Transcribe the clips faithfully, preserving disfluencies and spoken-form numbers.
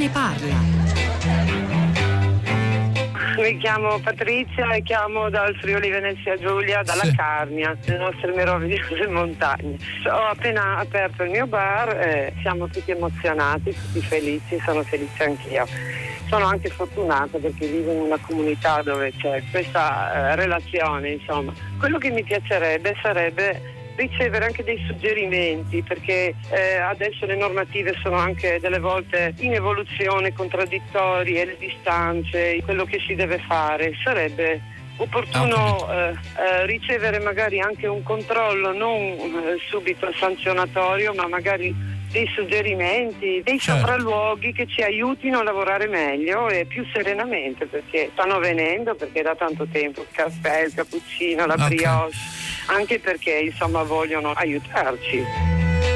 ne parla. Mi chiamo Patrizia e chiamo dal Friuli Venezia Giulia, dalla sì. Carnia, le nostre meravigliose montagne. Ho appena aperto il mio bar e siamo tutti emozionati, tutti felici, sono felice anch'io. Sono anche fortunata perché vivo in una comunità dove c'è questa eh, relazione, insomma. Quello che mi piacerebbe sarebbe ricevere anche dei suggerimenti, perché eh, adesso le normative sono anche delle volte in evoluzione, contraddittorie, le distanze, quello che si deve fare. Sarebbe opportuno eh, eh, ricevere magari anche un controllo, non eh, subito sanzionatorio, ma magari dei suggerimenti, dei certo. sopralluoghi che ci aiutino a lavorare meglio e più serenamente, perché stanno venendo, perché da tanto tempo il caffè, il cappuccino, la okay. brioche, anche perché insomma vogliono aiutarci.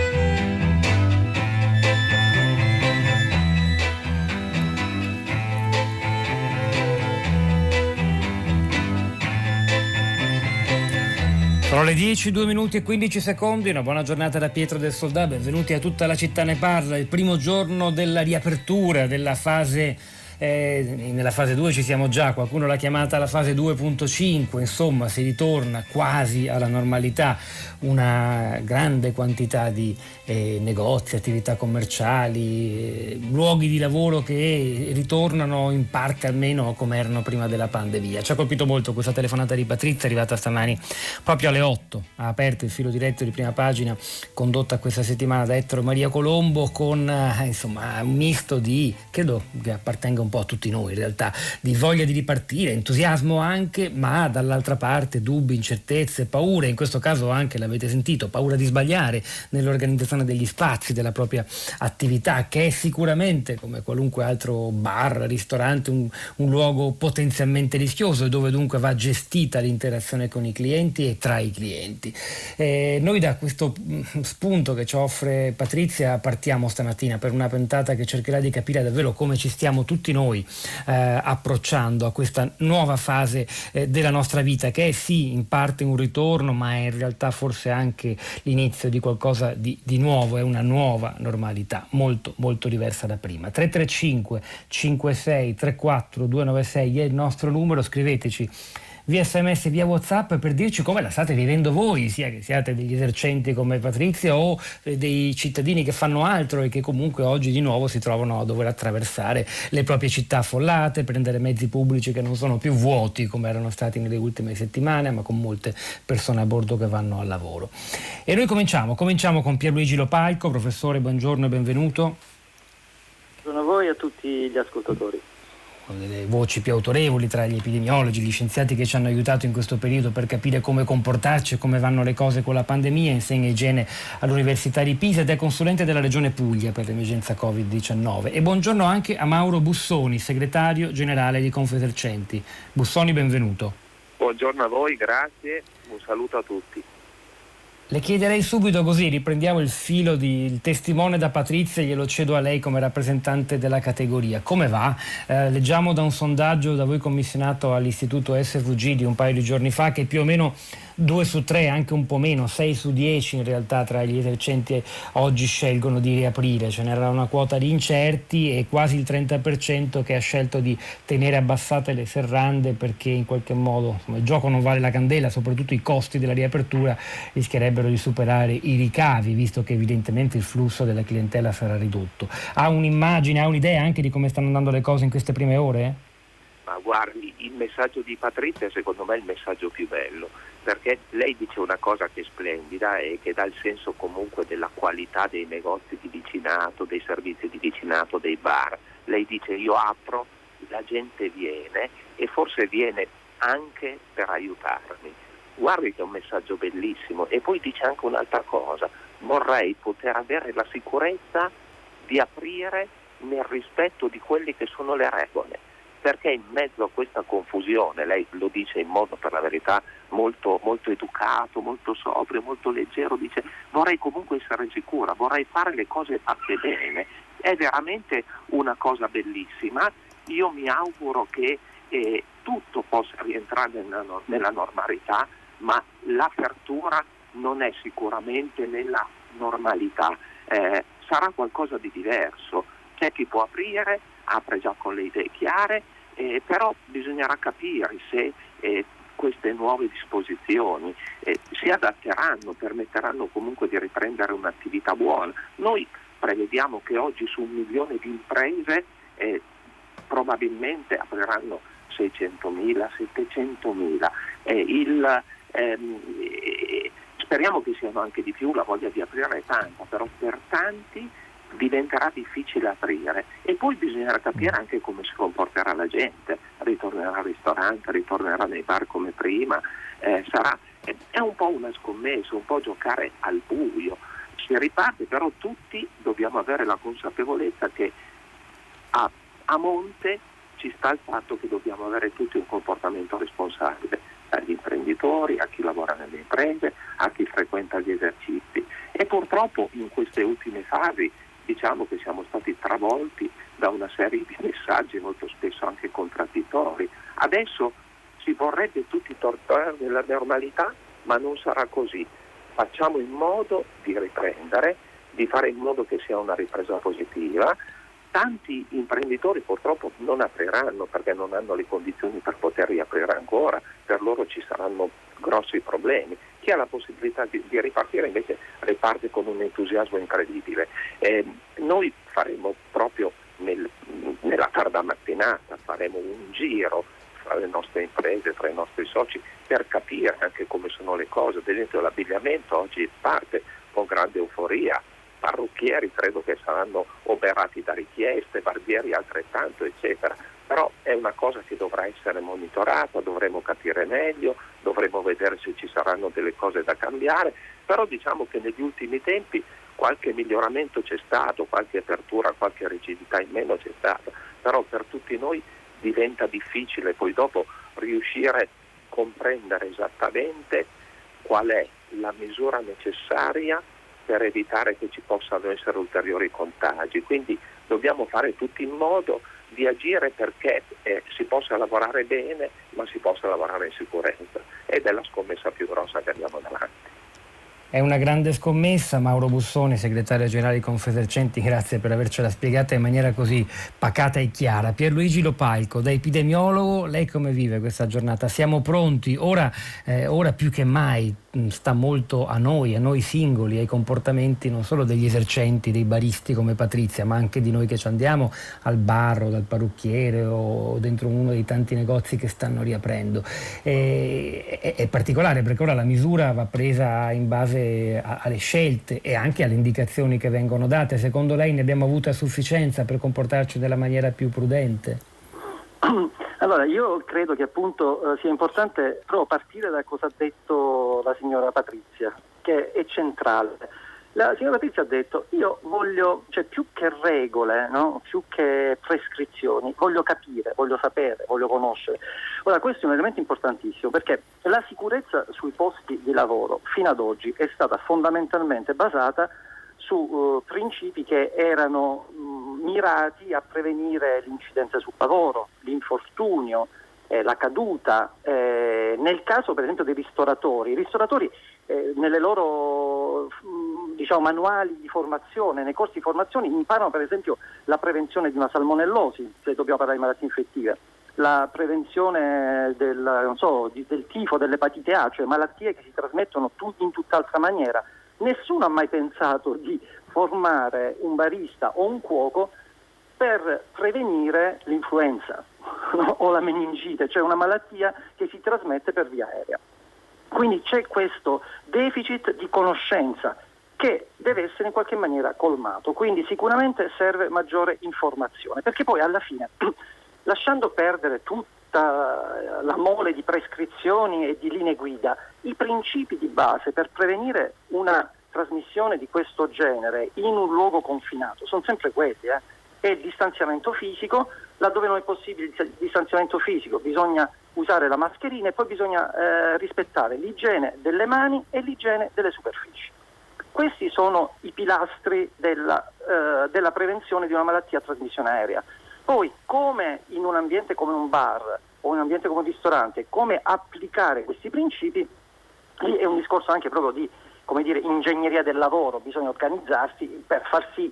Sono le dieci, due minuti e quindici secondi, una buona giornata da Pietro del Soldà, benvenuti a Tutta la città ne parla, il primo giorno della riapertura della fase, eh, nella fase due ci siamo già, qualcuno l'ha chiamata la fase due punto cinque, insomma si ritorna quasi alla normalità, una grande quantità di eh, negozi, attività commerciali, eh, luoghi di lavoro che ritornano in parte almeno come erano prima della pandemia. Ci ha colpito molto questa telefonata di Patrizia arrivata stamani proprio alle otto, ha aperto il filo diretto di Prima Pagina condotta questa settimana da Ettore Maria Colombo con eh, insomma un misto di, credo che appartenga un po' a tutti noi in realtà, di voglia di ripartire, entusiasmo anche, ma dall'altra parte dubbi, incertezze, paure, in questo caso anche l'avete sentito, paura di sbagliare nell'organizzazione degli spazi della propria attività, che è sicuramente come qualunque altro bar, ristorante, un, un luogo potenzialmente rischioso e dove dunque va gestita l'interazione con i clienti e tra i clienti. Eh, noi da questo spunto che ci offre Patrizia partiamo stamattina per una puntata che cercherà di capire davvero come ci stiamo tutti noi eh, approcciando a questa nuova fase eh, della nostra vita, che è sì in parte un ritorno, ma è in realtà forse anche l'inizio di qualcosa di, di nuovo, è una nuova normalità molto molto diversa da prima. tre tre cinque cinque sei tre quattro due nove sei è il nostro numero, scriveteci via sms, via WhatsApp per dirci come la state vivendo voi, sia che siate degli esercenti come Patrizia o dei cittadini che fanno altro e che comunque oggi di nuovo si trovano a dover attraversare le proprie città affollate, prendere mezzi pubblici che non sono più vuoti come erano stati nelle ultime settimane, ma con molte persone a bordo che vanno al lavoro. E noi cominciamo, cominciamo con Pierluigi Lopalco. Professore, buongiorno e benvenuto. Buongiorno a voi e a tutti gli ascoltatori. Delle voci più autorevoli tra gli epidemiologi, gli scienziati che ci hanno aiutato in questo periodo per capire come comportarci e come vanno le cose con la pandemia, insegna igiene all'Università di Pisa ed è consulente della Regione Puglia per l'emergenza covid diciannove. E buongiorno anche a Mauro Bussoni, segretario generale di Confesercenti. Bussoni, benvenuto. Buongiorno a voi, grazie, un saluto a tutti. Le chiederei subito, così riprendiamo il filo del testimone da Patrizia, glielo cedo a lei come rappresentante della categoria. Come va? Eh, leggiamo da un sondaggio da voi commissionato all'Istituto S V G di un paio di giorni fa che più o meno due su tre, anche un po' meno, sei su dieci in realtà tra gli esercenti oggi scelgono di riaprire. Ce n'era una quota di incerti e quasi il trenta per cento che ha scelto di tenere abbassate le serrande perché in qualche modo insomma, il gioco non vale la candela, soprattutto i costi della riapertura rischierebbero di superare i ricavi, visto che evidentemente il flusso della clientela sarà ridotto. Ha un'immagine, ha un'idea anche di come stanno andando le cose in queste prime ore? Ma guardi, il messaggio di Patrizia secondo me è il messaggio più bello, perché lei dice una cosa che è splendida e che dà il senso comunque della qualità dei negozi di vicinato, dei servizi di vicinato, dei bar. Lei dice io apro, la gente viene e forse viene anche per aiutarmi. Guardi che è un messaggio bellissimo. E poi dice anche un'altra cosa: vorrei poter avere la sicurezza di aprire nel rispetto di quelle che sono le regole, perché in mezzo a questa confusione, lei lo dice in modo per la verità molto, molto educato, molto sobrio, molto leggero, dice vorrei comunque essere sicura, vorrei fare le cose fatte bene. È veramente una cosa bellissima. Io mi auguro che eh, tutto possa rientrare nella, nella normalità, ma l'apertura non è sicuramente nella normalità, eh, sarà qualcosa di diverso. C'è chi può aprire, apre già con le idee chiare, eh, però bisognerà capire se eh, queste nuove disposizioni eh, si adatteranno, permetteranno comunque di riprendere un'attività buona. Noi prevediamo che oggi su un milione di imprese eh, probabilmente apriranno seicentomila, settecentomila. Eh, il, ehm, eh, speriamo che siano anche di più, la voglia di aprire è tanta, però per tanti diventerà difficile aprire e poi bisognerà capire anche come si comporterà la gente, ritornerà al ristorante, ritornerà nei bar come prima, eh, sarà, è un po' una scommessa, un po' giocare al buio. Si riparte, però tutti dobbiamo avere la consapevolezza che a, a monte ci sta il fatto che dobbiamo avere tutti un comportamento responsabile, dagli imprenditori a chi lavora nelle imprese, a chi frequenta gli esercizi, e purtroppo in queste ultime fasi diciamo che siamo stati travolti da una serie di messaggi molto spesso anche contraddittori. Adesso si vorrebbe tutti tornare nella normalità, ma non sarà così. Facciamo in modo di riprendere, di fare in modo che sia una ripresa positiva. Tanti imprenditori purtroppo non apriranno perché non hanno le condizioni per poter riaprire ancora, per loro ci saranno grossi problemi. Chi ha la possibilità di, di ripartire invece riparte con un entusiasmo incredibile. Eh, noi faremo proprio nel, nella tarda mattinata, faremo un giro tra le nostre imprese, tra i nostri soci, per capire anche come sono le cose. Ad esempio l'abbigliamento oggi parte con grande euforia, parrucchieri credo che saranno oberati da richieste, barbieri altrettanto, eccetera. Però è una cosa che dovrà essere monitorata, dovremo capire meglio, dovremo vedere se ci saranno delle cose da cambiare, però diciamo che negli ultimi tempi qualche miglioramento c'è stato, qualche apertura, qualche rigidità in meno c'è stata, però per tutti noi diventa difficile poi dopo riuscire a comprendere esattamente qual è la misura necessaria per evitare che ci possano essere ulteriori contagi. Quindi dobbiamo fare tutti in modo di agire perché eh, si possa lavorare bene, ma si possa lavorare in sicurezza, ed è la scommessa più grossa che abbiamo davanti. È una grande scommessa. Mauro Bussoni, segretario generale di Confesercenti, grazie per avercela spiegata in maniera così pacata e chiara. Pierluigi Lopalco, da epidemiologo, lei come vive questa giornata? Siamo pronti? Ora, eh, ora più che mai sta molto a noi, a noi singoli, ai comportamenti non solo degli esercenti, dei baristi come Patrizia, ma anche di noi che ci andiamo al bar o dal parrucchiere o dentro uno dei tanti negozi che stanno riaprendo. E, è, è particolare perché ora la misura va presa in base a, alle scelte e anche alle indicazioni che vengono date. Secondo lei ne abbiamo avuto a sufficienza per comportarci nella maniera più prudente? Allora, io credo che appunto eh, sia importante proprio partire da cosa ha detto la signora Patrizia, che è centrale. La signora Patrizia ha detto: io voglio, cioè più che regole, no? Più che prescrizioni, voglio capire, voglio sapere, voglio conoscere. Ora, questo è un elemento importantissimo perché la sicurezza sui posti di lavoro fino ad oggi è stata fondamentalmente basata su uh, principi che erano mh, mirati a prevenire l'incidente sul lavoro, l'infortunio, eh, la caduta. Eh, nel caso per esempio dei ristoratori, i ristoratori eh, nelle loro mh, diciamo, manuali di formazione, nei corsi di formazione imparano per esempio la prevenzione di una salmonellosi, se dobbiamo parlare di malattie infettive, la prevenzione del, non so, di, del tifo, dell'epatite A, cioè malattie che si trasmettono tu, in tutt'altra maniera. Nessuno ha mai pensato di formare un barista o un cuoco per prevenire l'influenza o la meningite, cioè una malattia che si trasmette per via aerea. Quindi c'è questo deficit di conoscenza che deve essere in qualche maniera colmato, quindi sicuramente serve maggiore informazione, perché poi alla fine, lasciando perdere tutta la mole di prescrizioni e di linee guida, i principi di base per prevenire una trasmissione di questo genere in un luogo confinato sono sempre quelli, eh? È il distanziamento fisico, laddove non è possibile il distanziamento fisico bisogna usare la mascherina e poi bisogna eh, rispettare l'igiene delle mani e l'igiene delle superfici. Questi sono i pilastri della, eh, della prevenzione di una malattia a trasmissione aerea. Poi, come in un ambiente come un bar o in un ambiente come un ristorante, come applicare questi principi, lì è un discorso anche proprio di, come dire, ingegneria del lavoro. Bisogna organizzarsi per far sì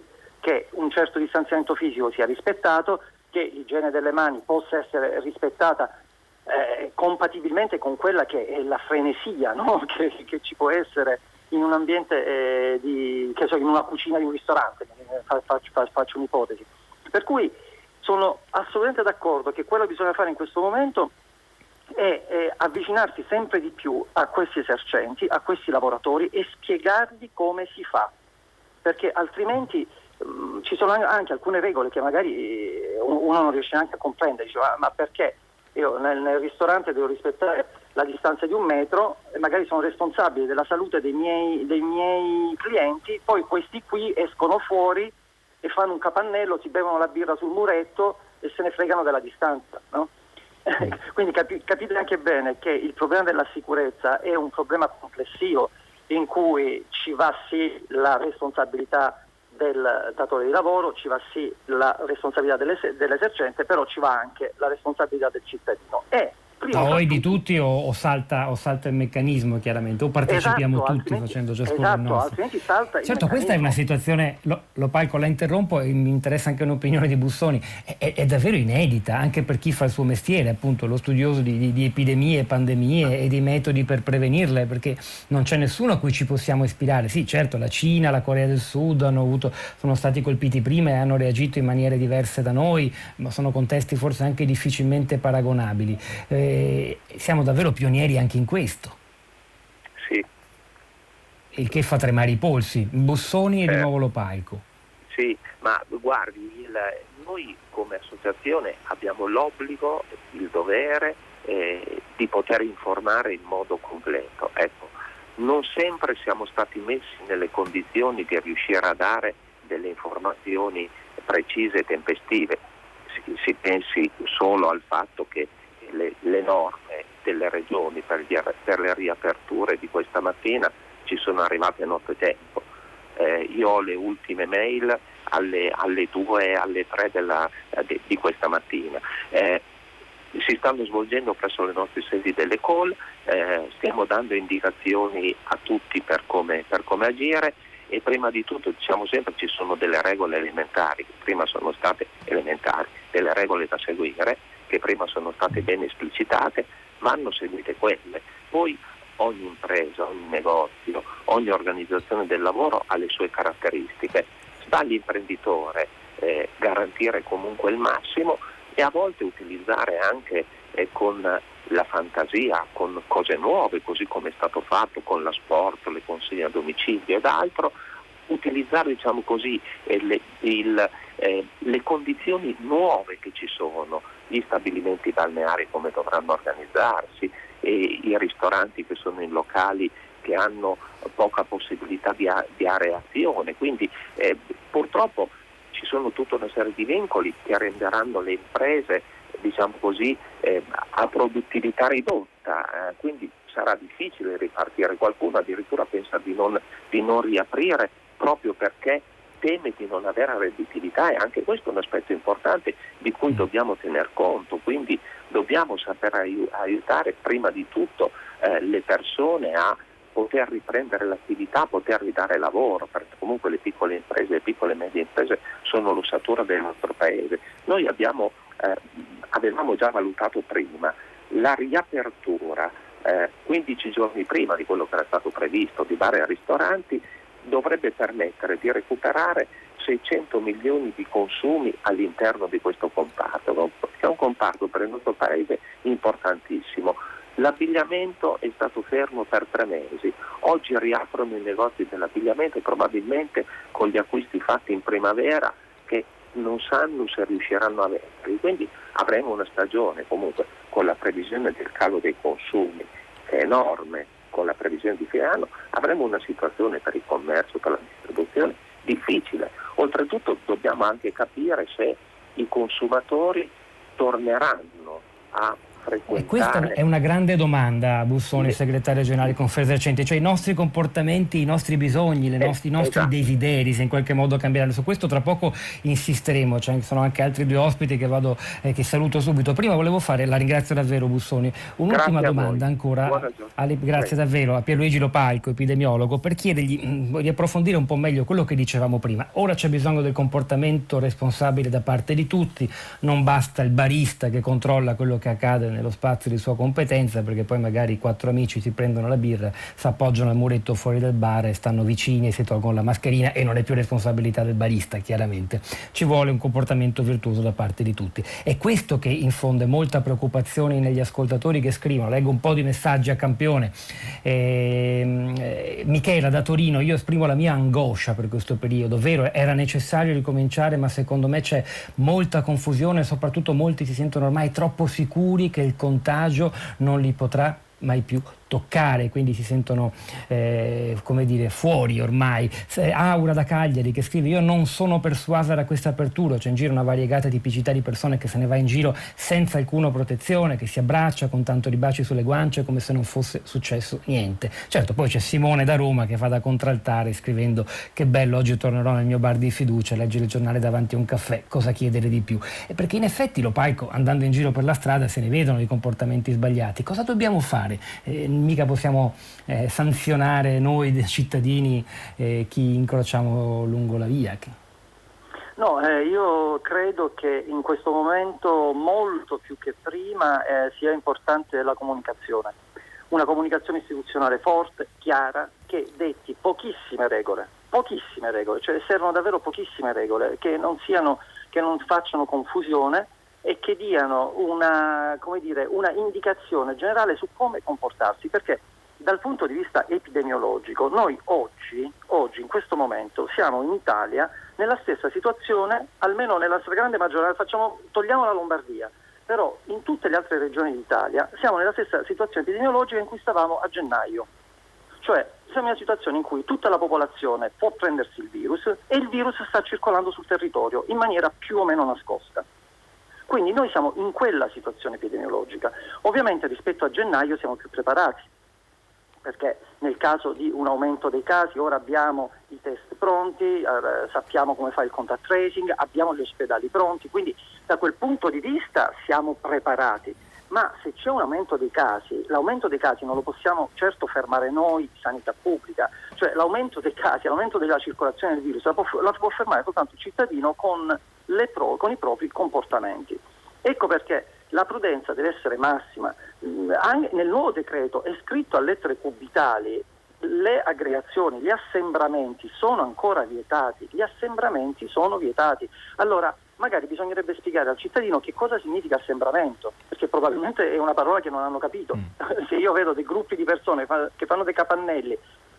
che un certo distanziamento fisico sia rispettato, che l'igiene delle mani possa essere rispettata eh, compatibilmente con quella che è la frenesia, no? che, che ci può essere in un ambiente eh, di, che so, in una cucina di un ristorante, faccio, faccio un'ipotesi. Per cui sono assolutamente d'accordo che quello che bisogna fare in questo momento è, è avvicinarsi sempre di più a questi esercenti, a questi lavoratori e spiegargli come si fa, perché altrimenti mh, ci sono anche alcune regole che magari uno non riesce neanche a comprendere, dice, ma, ma perché io nel, nel ristorante devo rispettare la distanza di un metro e magari sono responsabile della salute dei miei, dei miei clienti, poi questi qui escono fuori e fanno un capannello, si bevono la birra sul muretto e se ne fregano della distanza, no? Quindi capi, capite anche bene che il problema della sicurezza è un problema complessivo in cui ci va sì la responsabilità del datore di lavoro, ci va sì la responsabilità dell'es- dell'esercente, però ci va anche la responsabilità del cittadino. E poi di tutti o, o, salta, o salta il meccanismo, chiaramente, o partecipiamo esatto, tutti facendo ciascuno esatto, il nostro. Altrimenti salta il certo, questa è una situazione, lo, lo Palco, la interrompo e mi interessa anche un'opinione di Bussoni, è, è, è davvero inedita anche per chi fa il suo mestiere, appunto lo studioso di, di, di epidemie, pandemie e di metodi per prevenirle, perché non c'è nessuno a cui ci possiamo ispirare. Sì, certo, la Cina, la Corea del Sud hanno avuto, sono stati colpiti prima e hanno reagito in maniere diverse da noi, ma sono contesti forse anche difficilmente paragonabili. Eh, siamo davvero pionieri anche in questo. Sì. Il che fa tremare i polsi. Bussoni e eh, di nuovo lo Palco. Sì, ma guardi, il, noi come associazione abbiamo l'obbligo, il dovere eh, di poter informare in modo completo. Ecco, non sempre siamo stati messi nelle condizioni di riuscire a dare delle informazioni precise e tempestive. Si, si pensi solo al fatto che Le, le norme delle regioni per, gli, per le riaperture di questa mattina ci sono arrivate a nottetempo. Eh, io ho le ultime mail alle, alle due, alle tre della, de, di questa mattina. Eh, si stanno svolgendo presso le nostre sedi delle call, eh, stiamo dando indicazioni a tutti per come, per come agire e prima di tutto diciamo sempre ci sono delle regole elementari, che prima sono state elementari, delle regole da seguire, che prima sono state ben esplicitate, vanno seguite quelle. Poi ogni impresa, ogni negozio, ogni organizzazione del lavoro ha le sue caratteristiche. Sta all'imprenditore eh, garantire comunque il massimo e a volte utilizzare anche eh, con la fantasia, con cose nuove, così come è stato fatto con la sport, le consegne a domicilio ed altro, utilizzare diciamo così eh, le, il, eh, le condizioni nuove che ci sono, gli stabilimenti balneari come dovranno organizzarsi, e i ristoranti che sono in locali che hanno poca possibilità di, a, di areazione, quindi eh, purtroppo ci sono tutta una serie di vincoli che renderanno le imprese diciamo così eh, a produttività ridotta, eh, quindi sarà difficile ripartire. Qualcuno addirittura pensa di non, di non riaprire proprio perché teme di non avere redditività, e anche questo è un aspetto importante di cui dobbiamo tener conto, quindi dobbiamo saper aiutare prima di tutto eh, le persone a poter riprendere l'attività, a poter ridare lavoro, perché comunque le piccole imprese, le piccole e medie imprese sono l'ossatura del nostro paese. Noi abbiamo, eh, avevamo già valutato prima la riapertura eh, quindici giorni prima di quello che era stato previsto di bar e ristoranti, dovrebbe permettere di recuperare seicento milioni di consumi all'interno di questo comparto, che è un comparto per il nostro paese importantissimo. L'abbigliamento è stato fermo per tre mesi, oggi riaprono i negozi dell'abbigliamento, probabilmente con gli acquisti fatti in primavera che non sanno se riusciranno a venderli, quindi avremo una stagione comunque con la previsione del calo dei consumi che è enorme, con la previsione di fine anno avremo una situazione per il commercio, per la distribuzione difficile. Oltretutto dobbiamo anche capire se i consumatori torneranno a frequentare. E questa è una grande domanda, Bussoni, sì. segretario generale di Confesercenti, cioè i nostri comportamenti, i nostri bisogni, le eh, nostri, i nostri esatto. desideri, se in qualche modo cambieranno. Su questo tra poco insisteremo, cioè, ci sono anche altri due ospiti che, vado, eh, che saluto subito. Prima volevo fare, la ringrazio davvero Bussoni, un'ultima Grazie a domanda voi. ancora, alle, grazie Prego. davvero a Pierluigi Lopalco, epidemiologo, per chiedergli mh, di approfondire un po' meglio quello che dicevamo prima. Ora c'è bisogno del comportamento responsabile da parte di tutti, non basta il barista che controlla quello che accade nello spazio di sua competenza, perché poi magari i quattro amici si prendono la birra, si appoggiano al muretto fuori del bar e stanno vicini e si tolgono la mascherina e non è più responsabilità del barista, chiaramente. Ci vuole un comportamento virtuoso da parte di tutti. È questo che infonde molta preoccupazione negli ascoltatori che scrivono. Leggo un po' di messaggi a campione. Eh, eh, Michela da Torino: io esprimo la mia angoscia per questo periodo, vero, era necessario ricominciare, ma secondo me c'è molta confusione, soprattutto molti si sentono ormai troppo sicuri che il contagio non li potrà mai più toccare, quindi si sentono eh, come dire fuori ormai. Aura da Cagliari che scrive: io non sono persuasa da questa apertura, c'è in giro una variegata tipicità di persone che se ne va in giro senza alcuna protezione, che si abbraccia con tanto di baci sulle guance come se non fosse successo niente. Certo, poi c'è Simone da Roma che fa da contraltare scrivendo: che bello, oggi tornerò nel mio bar di fiducia, leggere il giornale davanti a un caffè, cosa chiedere di più? E perché in effetti, Lopalco, andando in giro per la strada se ne vedono i comportamenti sbagliati. Cosa dobbiamo fare? Eh, mica possiamo eh, sanzionare noi cittadini eh, chi incrociamo lungo la via. No, eh, io credo che in questo momento molto più che prima eh, sia importante la comunicazione, una comunicazione istituzionale forte, chiara, che detti pochissime regole, pochissime regole, cioè servono davvero pochissime regole che non siano, che non facciano confusione e che diano una, come dire, una indicazione generale su come comportarsi, perché dal punto di vista epidemiologico noi oggi, oggi in questo momento siamo in Italia nella stessa situazione, almeno nella stragrande maggioranza, facciamo, togliamo la Lombardia, però in tutte le altre regioni d'Italia siamo nella stessa situazione epidemiologica in cui stavamo a gennaio, cioè siamo in una situazione in cui tutta la popolazione può prendersi il virus e il virus sta circolando sul territorio in maniera più o meno nascosta. Quindi noi siamo in quella situazione epidemiologica. Ovviamente rispetto a gennaio siamo più preparati, perché nel caso di un aumento dei casi ora abbiamo i test pronti, eh, sappiamo come fare il contact tracing, abbiamo gli ospedali pronti, quindi da quel punto di vista siamo preparati. Ma se c'è un aumento dei casi, l'aumento dei casi non lo possiamo certo fermare noi, sanità pubblica, cioè l'aumento dei casi, l'aumento della circolazione del virus la può, la può fermare soltanto il cittadino con, le pro, con i propri comportamenti. Ecco perché la prudenza deve essere massima. Anche nel nuovo decreto è scritto a lettere cubitali: le aggregazioni, gli assembramenti sono ancora vietati, gli assembramenti sono vietati. Allora magari bisognerebbe spiegare al cittadino che cosa significa assembramento, perché probabilmente è una parola che non hanno capito. Mm. Se io vedo dei gruppi di persone che fanno dei capannelli,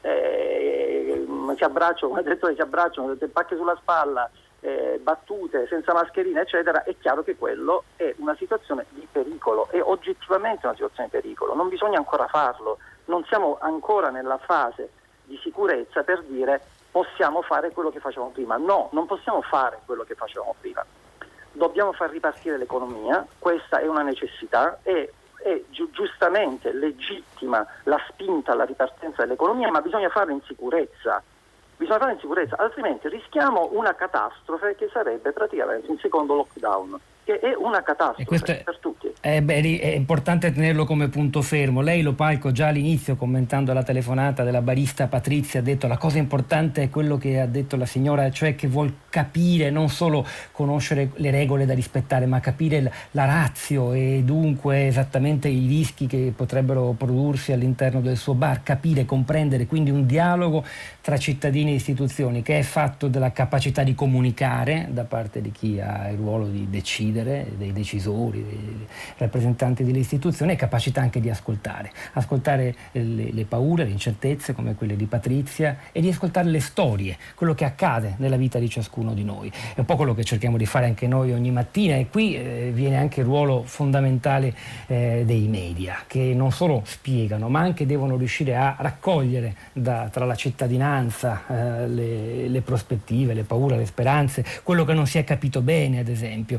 eh, si abbracciano, come detto, si abbracciano, delle pacche sulla spalla, eh, battute, senza mascherina, eccetera, è chiaro che quello è una situazione di pericolo, è oggettivamente una situazione di pericolo, non bisogna ancora farlo, non siamo ancora nella fase di sicurezza per dire possiamo fare quello che facevamo prima. No, non possiamo fare quello che facevamo prima. Dobbiamo far ripartire l'economia, questa è una necessità e è gi- giustamente legittima la spinta alla ripartenza dell'economia, ma bisogna farlo in sicurezza. Bisogna farlo in sicurezza, altrimenti rischiamo una catastrofe che sarebbe praticamente un secondo lockdown, che è una catastrofe per tutti. È, beh, è importante tenerlo come punto fermo. Lei, Lopalco, già all'inizio, commentando la telefonata della barista Patrizia, ha detto la cosa importante è quello che ha detto la signora, cioè che vuol capire, non solo conoscere le regole da rispettare, ma capire la ratio e dunque esattamente i rischi che potrebbero prodursi all'interno del suo bar, capire, comprendere, quindi un dialogo tra cittadini e istituzioni che è fatto della capacità di comunicare da parte di chi ha il ruolo di decidere, dei decisori, dei rappresentanti delle istituzioni, e capacità anche di ascoltare, ascoltare le, le paure, le incertezze come quelle di Patrizia e di ascoltare le storie, quello che accade nella vita di ciascuno di noi. È un po' quello che cerchiamo di fare anche noi ogni mattina, e qui eh, viene anche il ruolo fondamentale eh, dei media, che non solo spiegano ma anche devono riuscire a raccogliere da, tra la cittadinanza eh, le, le prospettive, le paure, le speranze, quello che non si è capito bene, ad esempio.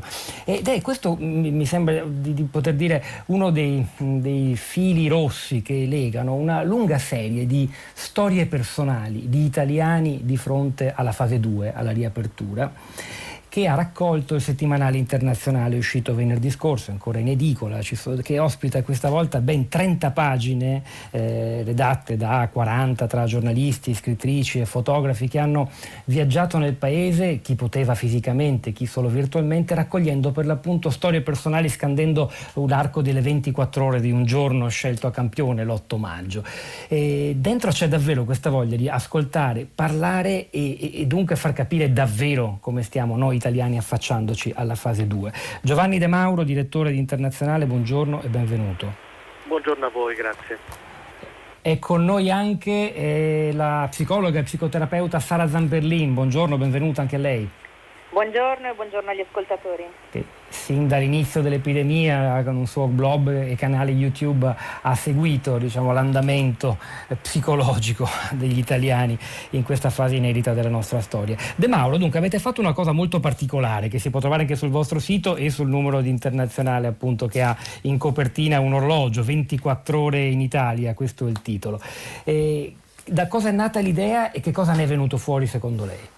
Ed è questo, mi, mi sembra di, di poter dire, uno dei, dei fili rossi che legano una lunga serie di storie personali di italiani di fronte alla fase due, alla riapertura, che ha raccolto il settimanale internazionale uscito venerdì scorso, ancora in edicola, che ospita questa volta ben trenta pagine eh, redatte da quaranta tra giornalisti, scrittrici e fotografi che hanno viaggiato nel paese, chi poteva fisicamente, chi solo virtualmente, raccogliendo per l'appunto storie personali, scandendo un arco delle ventiquattro ore di un giorno scelto a campione, l'otto maggio. E dentro c'è davvero questa voglia di ascoltare, parlare e, e, e dunque far capire davvero come stiamo noi italiani affacciandoci alla fase due. Giovanni De Mauro, direttore di Internazionale, buongiorno e benvenuto. Buongiorno a voi, grazie. È con noi anche eh, la psicologa e psicoterapeuta Sara Zamperlin, buongiorno, benvenuta anche a lei. Buongiorno e buongiorno agli ascoltatori. Che sin dall'inizio dell'epidemia con un suo blog e canale YouTube ha seguito, diciamo, l'andamento psicologico degli italiani in questa fase inedita della nostra storia. De Mauro, dunque avete fatto una cosa molto particolare che si può trovare anche sul vostro sito e sul numero di Internazionale, appunto, che ha in copertina un orologio, ventiquattro ore in Italia, questo è il titolo. E da cosa è nata l'idea e che cosa ne è venuto fuori secondo lei?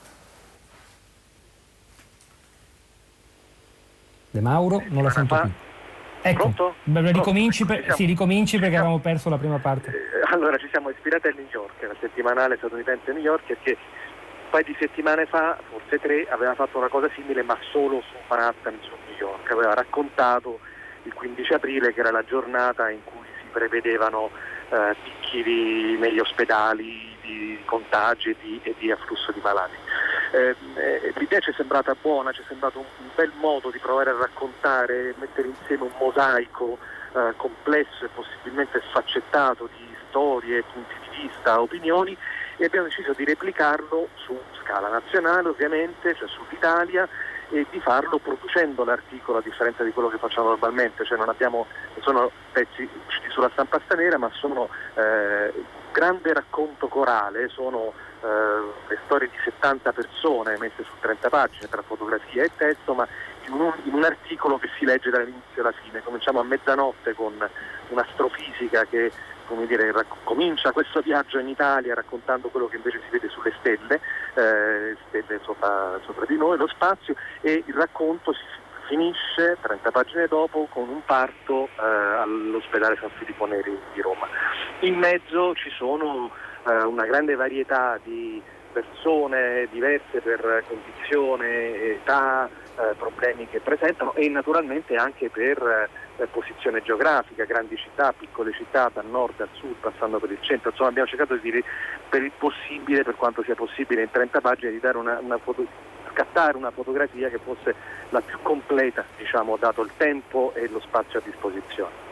De Mauro, non la sento più. Ecco, Pronto? ricominci, Pronto? per, sì, ricominci perché avevamo perso la prima parte. Eh, allora, ci siamo ispirati a New York, la settimanale statunitense New York, che un paio di settimane fa, forse tre, aveva fatto una cosa simile ma solo su Manhattan, su New York. Aveva raccontato il quindici aprile, che era la giornata in cui si prevedevano eh, picchi di, negli ospedali di contagi e di, e di afflusso di malati. Eh, eh, l'idea ci è sembrata buona, ci è sembrato un, un bel modo di provare a raccontare, mettere insieme un mosaico eh, complesso e possibilmente sfaccettato di storie, punti di vista, opinioni, e abbiamo deciso di replicarlo su scala nazionale, ovviamente, cioè sull'Italia, e di farlo producendo l'articolo, a differenza di quello che facciamo normalmente, cioè non abbiamo, non sono pezzi usciti sulla stampa straniera, ma sono eh, grande racconto corale, sono eh, le storie di settanta persone messe su trenta pagine tra fotografia e testo, ma in un, in un articolo che si legge dall'inizio alla fine. Cominciamo a mezzanotte con un'astrofisica che, come dire, racc- comincia questo viaggio in Italia raccontando quello che invece si vede sulle stelle, eh, stelle sopra, sopra di noi, lo spazio, e il racconto si finisce trenta pagine dopo con un parto eh, all'ospedale San Filippo Neri di Roma. In mezzo ci sono eh, una grande varietà di persone diverse per condizione, età, eh, problemi che presentano, e naturalmente anche per eh, posizione geografica, grandi città, piccole città, dal nord al sud, passando per il centro. Insomma, abbiamo cercato di dire per il possibile, per quanto sia possibile in trenta pagine, di dare una, una foto, scattare una fotografia che fosse la più completa, diciamo, dato il tempo e lo spazio a disposizione.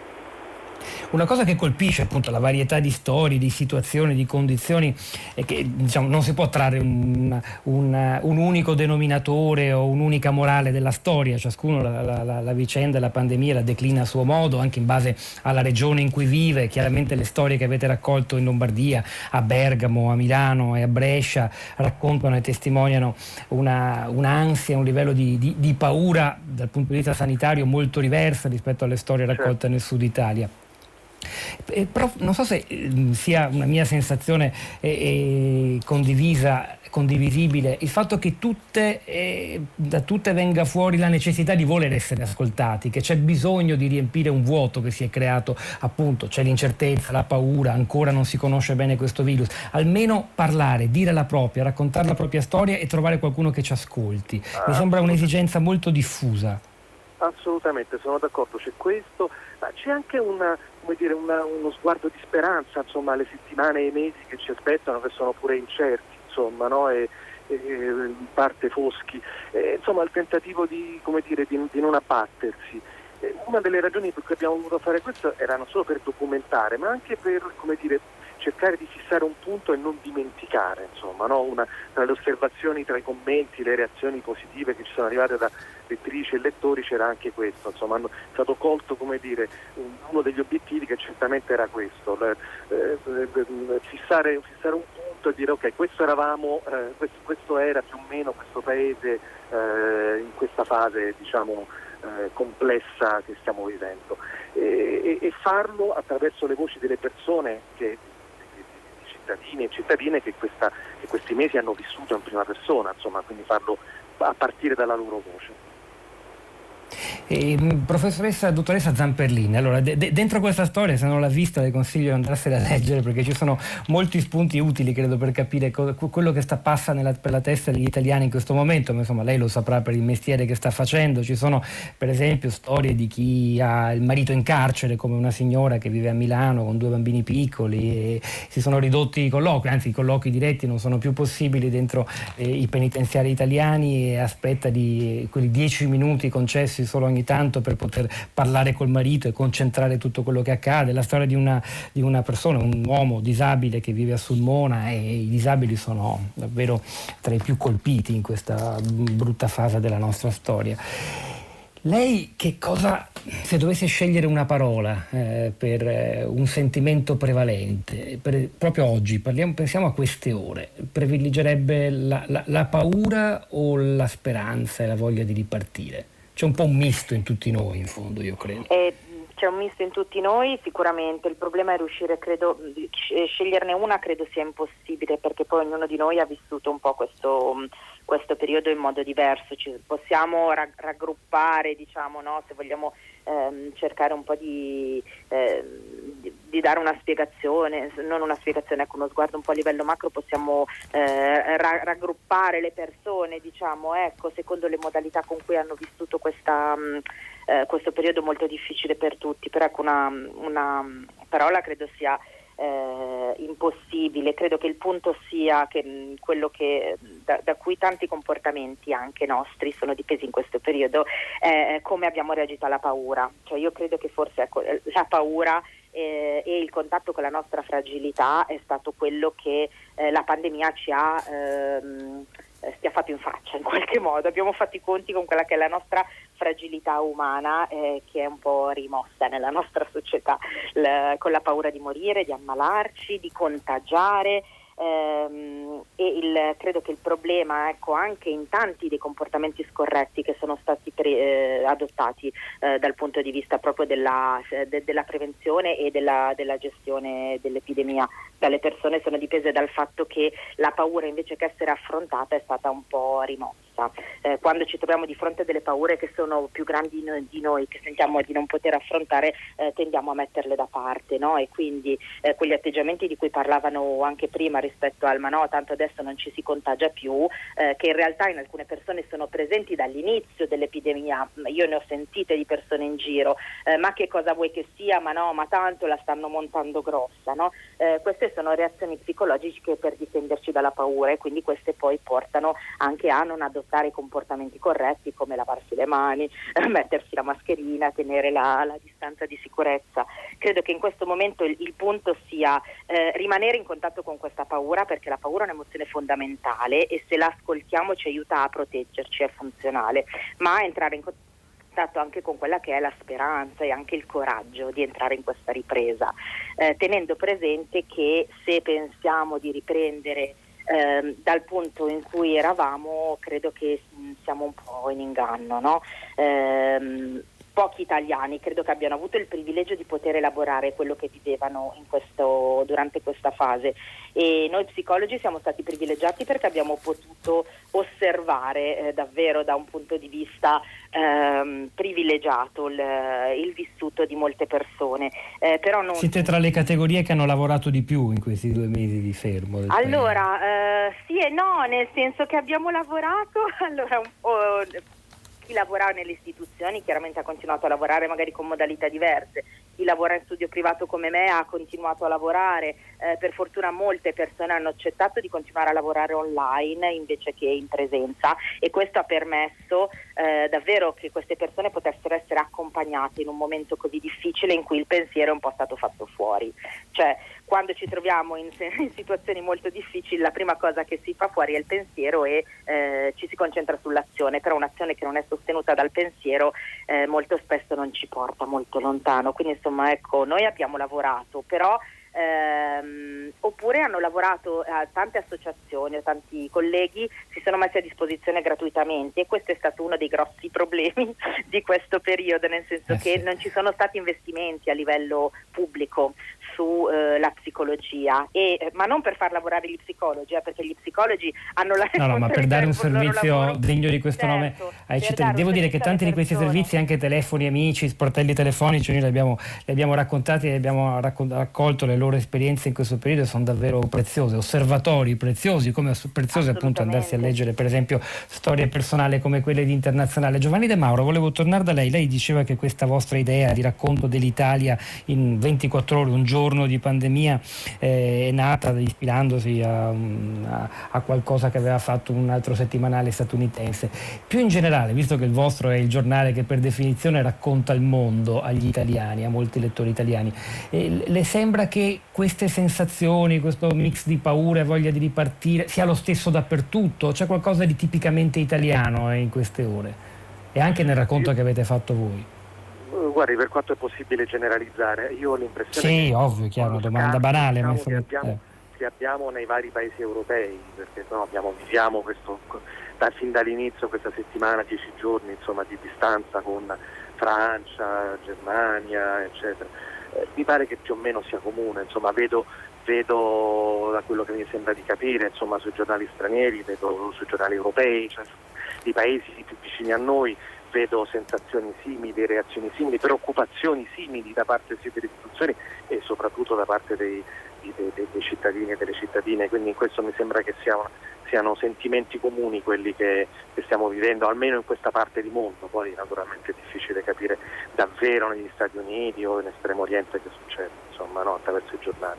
Una cosa che colpisce appunto la varietà di storie, di situazioni, di condizioni è che, diciamo, non si può trarre un, un, un unico denominatore o un'unica morale della storia. Ciascuno la, la, la vicenda, la pandemia la declina a suo modo, anche in base alla regione in cui vive. Chiaramente le storie che avete raccolto in Lombardia, a Bergamo, a Milano e a Brescia raccontano e testimoniano una, un'ansia, un livello di, di, di paura dal punto di vista sanitario molto diversa rispetto alle storie raccolte certo. nel sud Italia. Eh, però non so se eh, sia una mia sensazione eh, eh, condivisa, condivisibile, il fatto che tutte, eh, da tutte venga fuori la necessità di voler essere ascoltati, che c'è bisogno di riempire un vuoto che si è creato, appunto, c'è l'incertezza, la paura, ancora non si conosce bene questo virus. Almeno parlare, dire la propria, raccontare la propria storia e trovare qualcuno che ci ascolti. Mi sembra un'esigenza molto diffusa. Assolutamente, sono d'accordo, c'è questo, ma c'è anche una, come dire, una, uno sguardo di speranza, insomma, alle settimane e ai mesi che ci aspettano, che sono pure incerti, insomma, no? e, e in parte foschi, e, insomma, il tentativo di, come dire, di, di non abbattersi. E una delle ragioni per cui abbiamo voluto fare questo era non solo per documentare, ma anche per, come dire, cercare di fissare un punto e non dimenticare, insomma, no? Una, tra le osservazioni, tra i commenti, le reazioni positive che ci sono arrivate da lettrici e lettori c'era anche questo, insomma, hanno è stato colto, come dire, uno degli obiettivi che certamente era questo, le, eh, fissare, fissare un punto e dire ok, questo eravamo, eh, questo, questo era più o meno questo paese eh, in questa fase, diciamo, eh, complessa che stiamo vivendo, e, e farlo attraverso le voci delle persone che cittadini e cittadine che, questa, che questi mesi hanno vissuto in prima persona, insomma, quindi farlo a partire dalla loro voce. Eh, professoressa, dottoressa Zamperlini, allora de- de- dentro questa storia, se non l'ha vista le consiglio di andarsela a leggere, perché ci sono molti spunti utili, credo, per capire co- quello che sta passa nella, per la testa degli italiani in questo momento, ma insomma lei lo saprà per il mestiere che sta facendo. Ci sono per esempio storie di chi ha il marito in carcere, come una signora che vive a Milano con due bambini piccoli, e si sono ridotti i colloqui, anzi i colloqui diretti non sono più possibili dentro eh, i penitenziari italiani, e aspetta di quei dieci minuti concessi solo ogni tanto per poter parlare col marito e concentrare tutto quello che accade. La storia di una, di una persona, un uomo disabile che vive a Sulmona, e i disabili sono davvero tra i più colpiti in questa brutta fase della nostra storia. Lei che cosa, se dovesse scegliere una parola eh, per eh, un sentimento prevalente, per, proprio oggi, parliamo, pensiamo a queste ore, privilegerebbe la, la, la paura o la speranza e la voglia di ripartire? C'è un po' un misto in tutti noi, in fondo, io credo. Eh, c'è un misto in tutti noi, sicuramente. Il problema è riuscire, credo, sceglierne una credo sia impossibile, perché poi ognuno di noi ha vissuto un po' questo, questo periodo in modo diverso. Ci possiamo ra- raggruppare, diciamo, no? Se vogliamo ehm, cercare un po' di, eh, di, di dare una spiegazione, non una spiegazione, ecco, uno sguardo un po' a livello macro, possiamo eh, ra- raggruppare le persone, diciamo, ecco, secondo le modalità con cui hanno vissuto questa, mh, eh, questo periodo molto difficile per tutti. Però ecco, una, una parola credo sia Eh, impossibile. Credo che il punto sia che mh, quello che da, da cui tanti comportamenti anche nostri sono dipesi in questo periodo è come abbiamo reagito alla paura. Cioè io credo che forse ecco, la paura eh, e il contatto con la nostra fragilità è stato quello che eh, la pandemia ci ha ehm, schiaffato in faccia in qualche modo. Abbiamo fatto i conti con quella che è la nostra fragilità umana, eh, che è un po' rimossa nella nostra società, l- con la paura di morire, di ammalarci, di contagiare. Ehm, e il, credo che il problema, ecco, anche in tanti dei comportamenti scorretti che sono stati pre- eh, adottati eh, dal punto di vista proprio della, de- della prevenzione e della, della gestione dell'epidemia dalle persone, sono dipese dal fatto che la paura, invece che essere affrontata, è stata un po' rimossa. Eh, quando ci troviamo di fronte a delle paure che sono più grandi di noi, che sentiamo di non poter affrontare, eh, tendiamo a metterle da parte, no? E quindi eh, quegli atteggiamenti di cui parlavano anche prima rispetto al ma no, tanto adesso non ci si contagia più, eh, che in realtà in alcune persone sono presenti dall'inizio dell'epidemia. Io ne ho sentite di persone in giro, eh, ma che cosa vuoi che sia, ma no, ma tanto la stanno montando grossa, no? Eh, queste sono reazioni psicologiche per difenderci dalla paura, e quindi queste poi portano anche a non adottare comportamenti corretti, come lavarsi le mani, mettersi la mascherina, tenere la, la distanza di sicurezza. Credo che in questo momento il, il punto sia eh, rimanere in contatto con questa paura, perché la paura è un'emozione fondamentale e se la ascoltiamo ci aiuta a proteggerci, è funzionale, ma entrare in contatto anche con quella che è la speranza e anche il coraggio di entrare in questa ripresa, eh, tenendo presente che se pensiamo di riprendere Eh, dal punto in cui eravamo, credo che mh, siamo un po' in inganno, no? Eh, pochi italiani credo che abbiano avuto il privilegio di poter elaborare quello che vivevano in questo, durante questa fase, e noi psicologi siamo stati privilegiati perché abbiamo potuto osservare eh, davvero da un punto di vista ehm, privilegiato il, il vissuto di molte persone. Eh, però non... Siete tra le categorie che hanno lavorato di più in questi due mesi di fermo del allora eh, sì e no, nel senso che abbiamo lavorato allora un po'. Chi lavora nelle istituzioni chiaramente ha continuato a lavorare magari con modalità diverse, chi lavora in studio privato come me ha continuato a lavorare, eh, per fortuna molte persone hanno accettato di continuare a lavorare online invece che in presenza, e questo ha permesso eh, davvero che queste persone potessero essere accompagnate in un momento così difficile in cui il pensiero è un po' stato fatto fuori. Cioè quando ci troviamo in, in situazioni molto difficili la prima cosa che si fa fuori è il pensiero e eh, ci si concentra sull'azione, però un'azione che non è sostenuta dal pensiero eh, molto spesso non ci porta molto lontano. Quindi insomma, ecco, noi abbiamo lavorato, però Ehm, oppure hanno lavorato a tante associazioni o tanti colleghi si sono messi a disposizione gratuitamente, e questo è stato uno dei grossi problemi di questo periodo, nel senso eh che sì. non ci sono stati investimenti a livello pubblico sulla eh, psicologia, e, ma non per far lavorare gli psicologi, eh, perché gli psicologi hanno la No, no, ma per dare un servizio lavoro, degno di questo certo, nome ai per cittadini. dare Devo un dire che servizio tanti di alle questi persone. servizi, anche telefoni amici, sportelli telefonici, noi li abbiamo, li abbiamo raccontati e abbiamo raccol- raccolto le loro esperienze in questo periodo, sono davvero preziose, osservatori preziosi, come prezioso appunto andarsi a leggere per esempio storie personali come quelle di Internazionale. Giovanni De Mauro, volevo tornare da lei, lei diceva che questa vostra idea di racconto dell'Italia in ventiquattro ore, un giorno di pandemia, eh, è nata ispirandosi a, a, a qualcosa che aveva fatto un altro settimanale statunitense. Più in generale, visto che il vostro è il giornale che per definizione racconta il mondo agli italiani, a molti lettori italiani, eh, le sembra che queste sensazioni, questo mix di paura e voglia di ripartire sia lo stesso dappertutto? C'è qualcosa di tipicamente italiano eh, in queste ore? E anche nel racconto che avete fatto voi? Guardi, per quanto è possibile generalizzare, io ho l'impressione sì, che ovvio, chiaro, una domanda banale, diciamo, ma insomma, che, abbiamo, eh. che abbiamo nei vari paesi europei, perché no, abbiamo, viviamo questo, da, fin dall'inizio questa settimana, dieci giorni insomma, di distanza con Francia, Germania, eccetera. Eh, mi pare che più o meno sia comune, insomma, vedo, vedo da quello che mi sembra di capire, insomma, sui giornali stranieri, vedo sui giornali europei, cioè i paesi più vicini a noi, vedo sensazioni simili, reazioni simili, preoccupazioni simili da parte sia delle istituzioni e soprattutto da parte dei, dei, dei, dei cittadini e delle cittadine, quindi in questo mi sembra che sia, siano sentimenti comuni quelli che, che stiamo vivendo, almeno in questa parte di mondo. Poi naturalmente è difficile capire davvero negli Stati Uniti o in Estremo Oriente che succede, insomma, no, attraverso i giornali.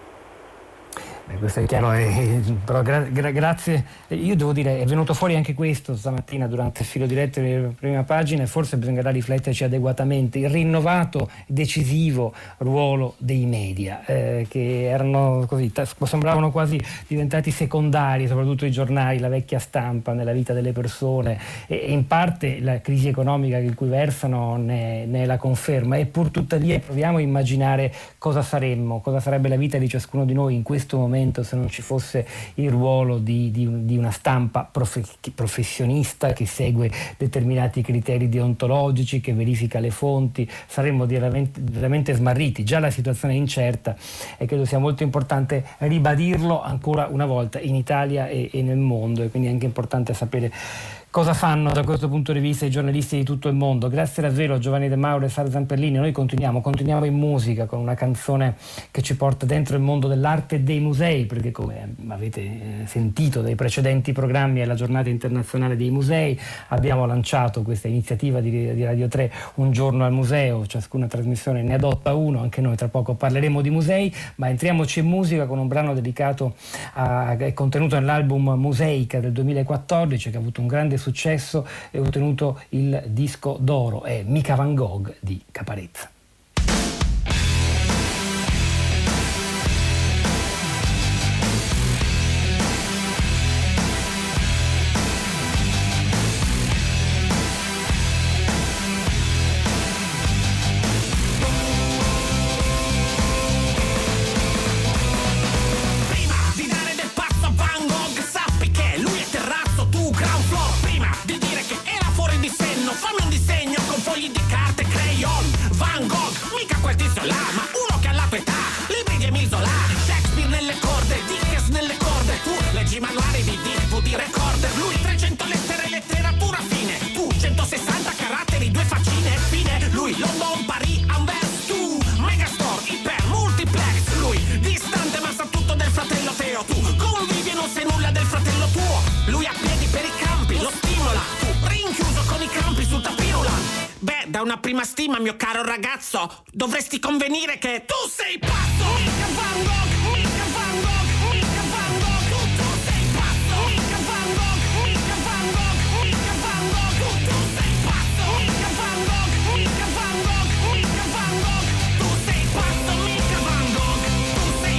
Beh, questo è chiaro, eh, però gra- gra- grazie. Io devo dire, è venuto fuori anche questo stamattina durante il filo diretto delle prime pagine, e forse bisognerà rifletterci adeguatamente. Il rinnovato, decisivo ruolo dei media, eh, che erano così, t- sembravano quasi diventati secondari, soprattutto i giornali, la vecchia stampa nella vita delle persone, e, e in parte la crisi economica in cui versano ne, ne è la conferma, e pur tuttavia proviamo a immaginare cosa saremmo, cosa sarebbe la vita di ciascuno di noi in questo momento se non ci fosse il ruolo di, di, di una stampa profe- professionista che segue determinati criteri deontologici, che verifica le fonti. Saremmo veramente, veramente smarriti. Già la situazione è incerta e credo sia molto importante ribadirlo ancora una volta in Italia e, e nel mondo, e quindi è anche importante sapere cosa fanno da questo punto di vista i giornalisti di tutto il mondo. Grazie davvero a Giovanni De Mauro e Sara Zamperlini. Noi continuiamo, continuiamo in musica con una canzone che ci porta dentro il mondo dell'arte e dei musei, perché come avete sentito dai precedenti programmi è la giornata internazionale dei musei. Abbiamo lanciato questa iniziativa di, di Radio tre, Un giorno al museo, ciascuna trasmissione ne adotta uno, anche noi tra poco parleremo di musei, ma entriamoci in musica con un brano dedicato a, è contenuto nell'album Museica del duemilaquattordici, che ha avuto un grande successo e ha ottenuto il disco d'oro. È Mica Van Gogh di Caparezza. Fammi un disegno con fogli di carta e crayon. Van Gogh, mica quel tizio là, ma uno che ha la tua età. Libri di Emile Zola, Shakespeare nelle corde, Dickens nelle corde. Tu leggi manuali di D V D recorder. Lui trecento lettere, letteratura fine. Tu centosessanta caratteri, due faccine e fine. Lui London, Paris, Anvers. Tu Megastore, iper, multiplex. Lui distante ma sa tutto del fratello Teo. Tu convivi e non sai nulla del fratello tuo. Lui a piedi per i campi, lo stimola. Tu rinchiuso con i campi sul tapirula. Beh, da una prima stima, mio caro ragazzo, dovresti convenire che tu sei pazzo. Mica Van Gogh, mica Van Gogh, mica Van Gogh. Tu, tu sei pazzo. Mica Van Gogh, mica Van Gogh, mica Van Gogh. Tu, tu sei pazzo. Mica Van Gogh, mica Van Gogh, mica Van Gogh. Tu sei pazzo, mica Van Gogh. Tu sei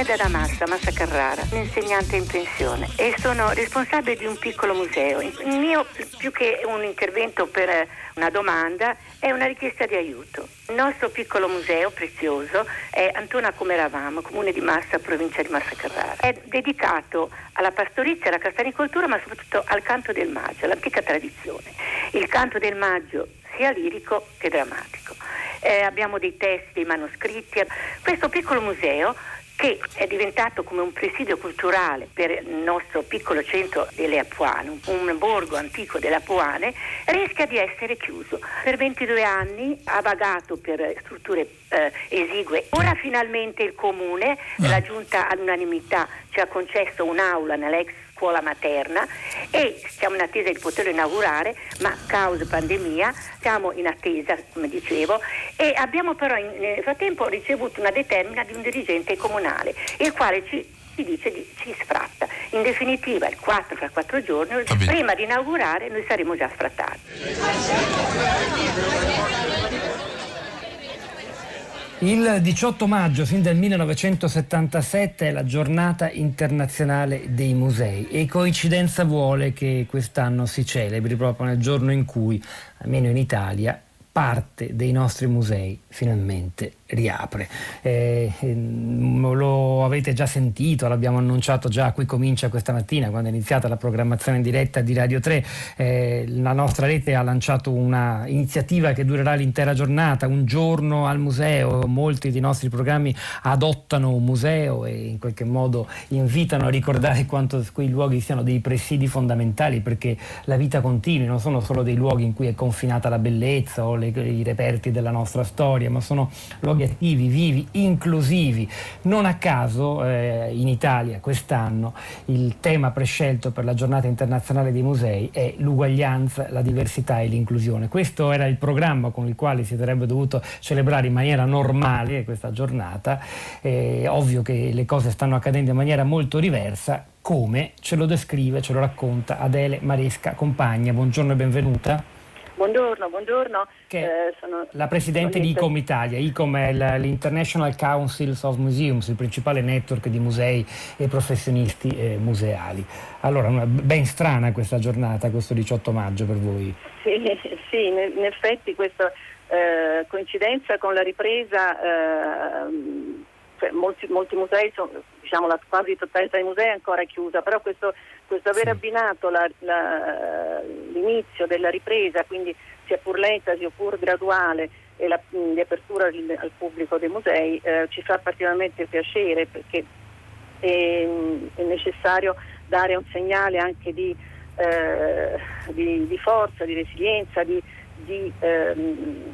Hilda Damassa, Massa Carrara, un'insegnante in pensione e sono responsabile di un piccolo museo. Il mio, più che un intervento per una domanda, è una richiesta di aiuto. Il nostro piccolo museo prezioso è Antona Come Eravamo, comune di Massa, provincia di Massa Carrara. È dedicato alla pastorizia, alla castanicoltura, ma soprattutto al canto del maggio, all'antica tradizione. Il canto del maggio sia lirico che drammatico. Eh, abbiamo dei testi, dei manoscritti. Questo piccolo museo, che è diventato come un presidio culturale per il nostro piccolo centro delle Apuane, un borgo antico delle Apuane, rischia di essere chiuso. Per ventidue anni ha vagato per strutture eh, esigue. Ora finalmente il comune, la giunta all'unanimità, ci ha concesso un'aula nell'ex scuola materna e siamo in attesa di poterlo inaugurare, ma causa pandemia siamo in attesa, come dicevo, e abbiamo però in, nel frattempo ricevuto una determina di un dirigente comunale, il quale ci, ci dice di, ci sfratta. In definitiva il quattro fra quattro giorni, prima di inaugurare noi saremo già sfrattati. Il diciotto maggio, fin dal millenovecentosettantasette, è la giornata internazionale dei musei e coincidenza vuole che quest'anno si celebri proprio nel giorno in cui, almeno in Italia, parte dei nostri musei finalmente riapre. Eh, lo avete già sentito, l'abbiamo annunciato già, qui comincia questa mattina quando è iniziata la programmazione in diretta di Radio tre. Eh, la nostra rete ha lanciato una iniziativa che durerà l'intera giornata, un giorno al museo. Molti dei nostri programmi adottano un museo e in qualche modo invitano a ricordare quanto quei luoghi siano dei presidi fondamentali, perché la vita continui, non sono solo dei luoghi in cui è confinata la bellezza o le, i reperti della nostra storia, ma sono luoghi attivi, vivi, inclusivi. Non a caso eh, in Italia quest'anno il tema prescelto per la giornata internazionale dei musei è l'uguaglianza, la diversità e l'inclusione. Questo era il programma con il quale si sarebbe dovuto celebrare in maniera normale questa giornata. È ovvio che le cose stanno accadendo in maniera molto diversa, come ce lo descrive, ce lo racconta Adele Maresca Compagna. Buongiorno e benvenuta. Buongiorno, buongiorno. Che eh, sono la presidente sono di ICOM Italia. ICOM è l'International Councils of Museums, il principale network di musei e professionisti eh, museali. Allora, una, ben strana questa giornata, questo diciotto maggio per voi. Sì, sì, in effetti questa eh, coincidenza con la ripresa, eh, cioè molti, molti musei, sono, diciamo la quasi totalità dei musei è ancora chiusa, però questo, questo aver sì. abbinato la, la, l'inizio della ripresa, quindi sia pur lenta sia pur graduale, e la, di apertura al pubblico dei musei eh, ci fa particolarmente piacere, perché è, è necessario dare un segnale anche di, eh, di, di forza, di resilienza, di, di ehm,